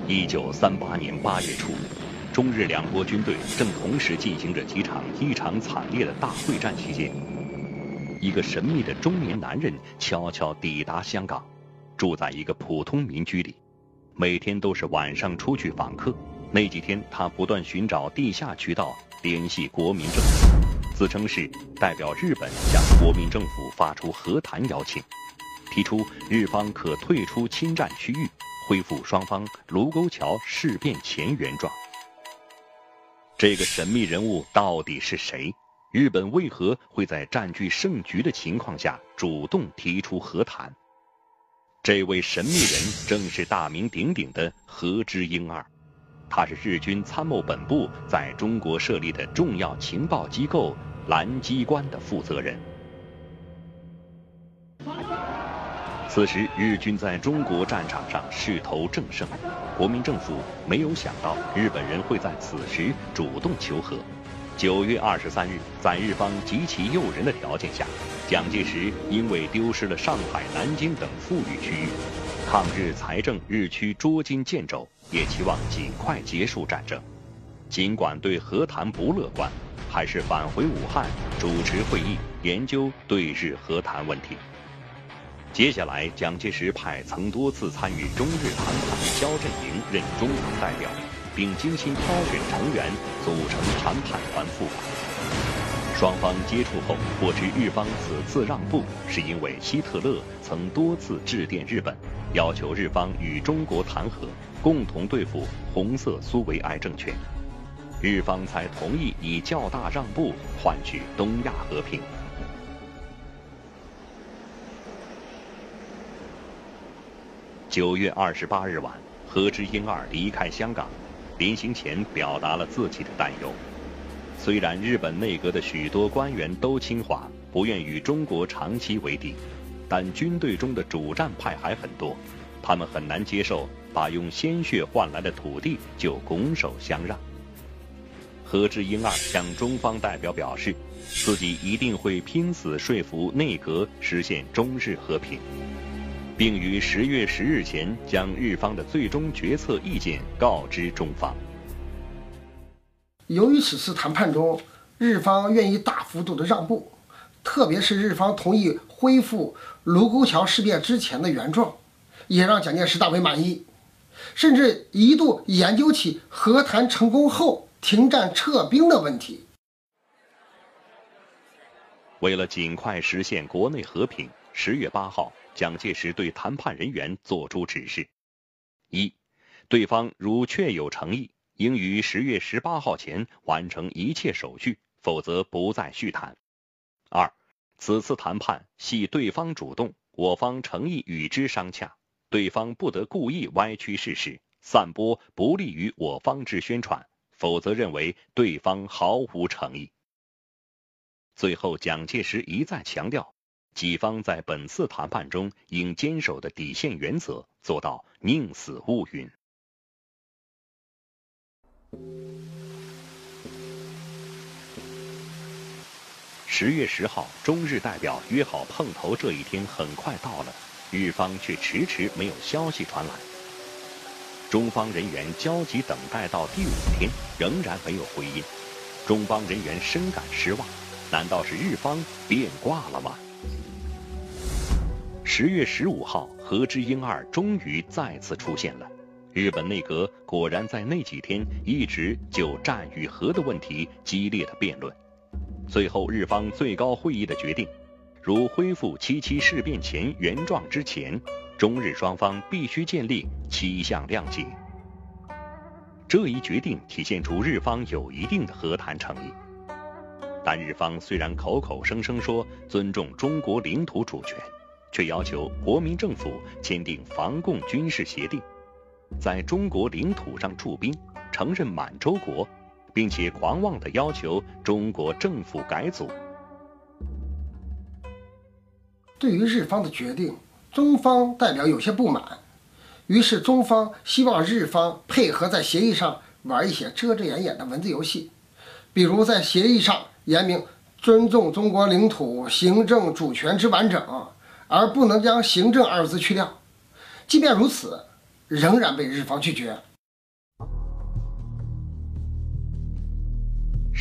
1938年8月初，中日两国军队正同时进行着几场异常惨烈的大会战期间，一个神秘的中年男人悄悄抵达香港，住在一个普通民居里，每天都是晚上出去访客。那几天，他不断寻找地下渠道联系国民政府，自称是代表日本向国民政府发出和谈邀请，提出日方可退出侵占区域，恢复双方卢沟桥事变前原状。这个神秘人物到底是谁？日本为何会在占据胜局的情况下主动提出和谈？这位神秘人正是大名鼎鼎的河之英二，他是日军参谋本部在中国设立的重要情报机构蓝机关的负责人。此时日军在中国战场上势头正盛，国民政府没有想到日本人会在此时主动求和。9月23日，在日方极其诱人的条件下，蒋介石因为丢失了上海、南京等富裕区域，抗日财政日趋捉襟见肘，也期望尽快结束战争。尽管对和谈不乐观，还是返回武汉主持会议，研究对日和谈问题。接下来，蒋介石派曾多次参与中日谈判的萧振营任中方代表，并精心挑选成员，组成谈判团赴港。双方接触后，获知日方此次让步是因为希特勒曾多次致电日本，要求日方与中国谈和，共同对付红色苏维埃政权，日方才同意以较大让步换取东亚和平。9月28日晚，河之英二离开香港，临行前表达了自己的担忧。虽然日本内阁的许多官员都亲华，不愿与中国长期为敌，但军队中的主战派还很多，他们很难接受把用鲜血换来的土地就拱手相让。河之英二向中方代表表示，自己一定会拼死说服内阁实现中日和平，并于10月10日前将日方的最终决策意见告知中方。 由于此次谈判中，日方愿意大幅度的让步，特别是日方同意恢复卢沟桥事变之前的原状，也让蒋介石大为满意，甚至一度研究起和谈成功后停战撤兵的问题。 为了尽快实现国内和平，10月8号，蒋介石对谈判人员作出指示：一，对方如确有诚意，应于10月18号前完成一切手续，否则不再续谈。2，此次谈判系对方主动，我方诚意与之商洽，对方不得故意歪曲事实，散播不利于我方之宣传，否则认为对方毫无诚意。最后，蒋介石一再强调，己方在本次谈判中应坚守的底线原则，做到宁死勿允。10月10号，中日代表约好碰头这一天很快到了，日方却迟迟没有消息传来。中方人员焦急等待到第5天，仍然没有回音。中方人员深感失望，难道是日方变卦了吗？10月15号，河之英二终于再次出现了。日本内阁果然在那几天一直就战与和的问题激烈的辩论。最后，日方最高会议的决定，如恢复77事变前原状之前，中日双方必须建立7项谅解。这一决定体现出日方有一定的和谈诚意。但日方虽然口口声声说尊重中国领土主权，却要求国民政府签订防共军事协定，在中国领土上驻兵，承认满洲国，并且狂妄地要求中国政府改组。 对于日方的决定，中方代表有些不满，于是中方希望日方配合在协议上玩一些遮遮掩掩的文字游戏，比如在协议上言明尊重中国领土行政主权之完整，而不能将行政2字去掉。即便如此，仍然被日方拒绝。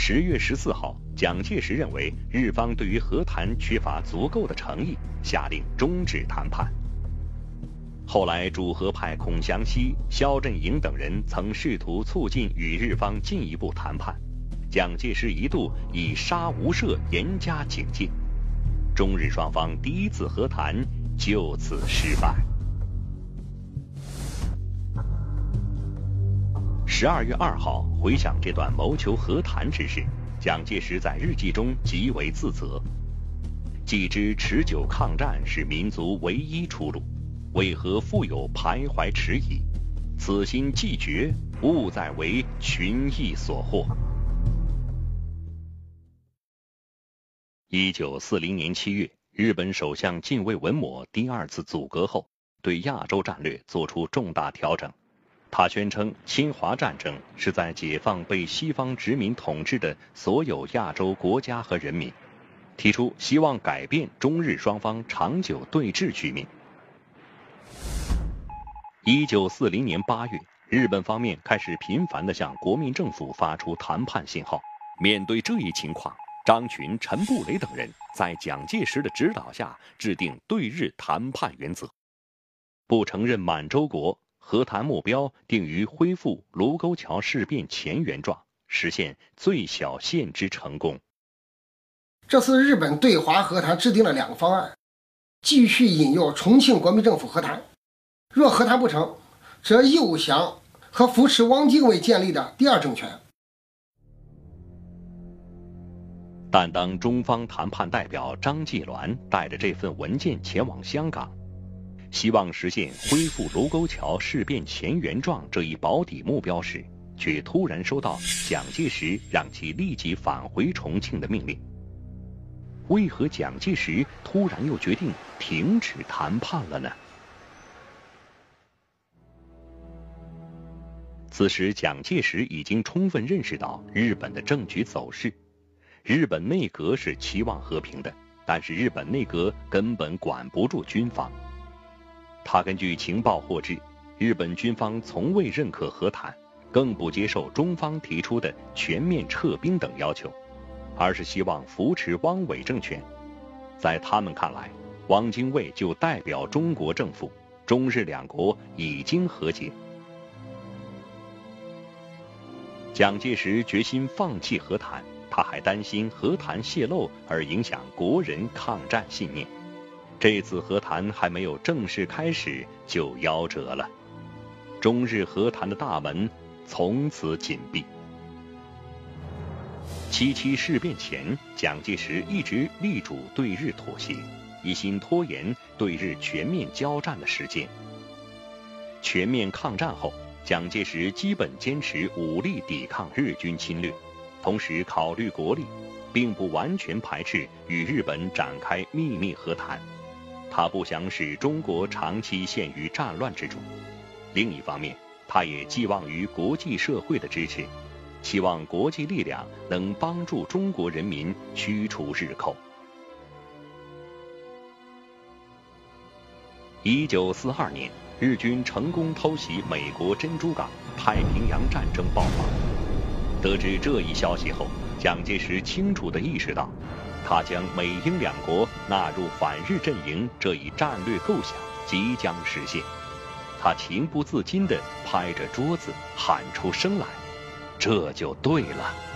10月14号，蒋介石认为日方对于和谈缺乏足够的诚意，下令终止谈判。后来，主和派孔祥熙、萧振营等人曾试图促进与日方进一步谈判，蒋介石一度以杀无赦严加警戒，中日双方第一次和谈就此失败。12月2号，回想这段谋求和谈之事，蒋介石在日记中极为自责。既知持久抗战是民族唯一出路，为何复有徘徊迟疑？此心既决，勿再为群议所惑。1940年7月，日本首相近卫文麿第2次组阁后，对亚洲战略作出重大调整。他宣称侵华战争是在解放被西方殖民统治的所有亚洲国家和人民，提出希望改变中日双方长久对峙局面。1940年8月，日本方面开始频繁地向国民政府发出谈判信号。面对这一情况，张群、陈布雷等人在蒋介石的指导下制定对日谈判原则，不承认满洲国，和谈目标定于恢复卢沟桥事变前原状，实现最小限之成功。 这次日本对华和谈制定了2个方案，继续引诱重庆国民政府和谈，若和谈不成，则诱降和扶持汪精卫建立的第2政权。 但当中方谈判代表张继鸾带着这份文件前往香港，希望实现恢复卢沟桥事变前原状这一保底目标时，却突然收到蒋介石让其立即返回重庆的命令。为何蒋介石突然又决定停止谈判了呢？此时蒋介石已经充分认识到日本的政局走势。日本内阁是期望和平的，但是日本内阁根本管不住军方。他根据情报获知，日本军方从未认可和谈，更不接受中方提出的全面撤兵等要求，而是希望扶持汪伪政权。在他们看来，汪精卫就代表中国政府，中日两国已经和解。蒋介石决心放弃和谈，他还担心和谈泄露而影响国人抗战信念。这次和谈还没有正式开始就夭折了，中日和谈的大门从此紧闭。7.7事变前，蒋介石一直力主对日妥协，一心拖延对日全面交战的时间。全面抗战后，蒋介石基本坚持武力抵抗日军侵略，同时考虑国力，并不完全排斥与日本展开秘密和谈。他不想使中国长期陷于战乱之中。另一方面，他也寄望于国际社会的支持，希望国际力量能帮助中国人民驱除日寇。1942年，日军成功偷袭美国珍珠港，太平洋战争爆发。得知这一消息后，蒋介石清楚地意识到，他将美英两国纳入反日阵营这一战略构想即将实现。他情不自禁地拍着桌子喊出声来：这就对了。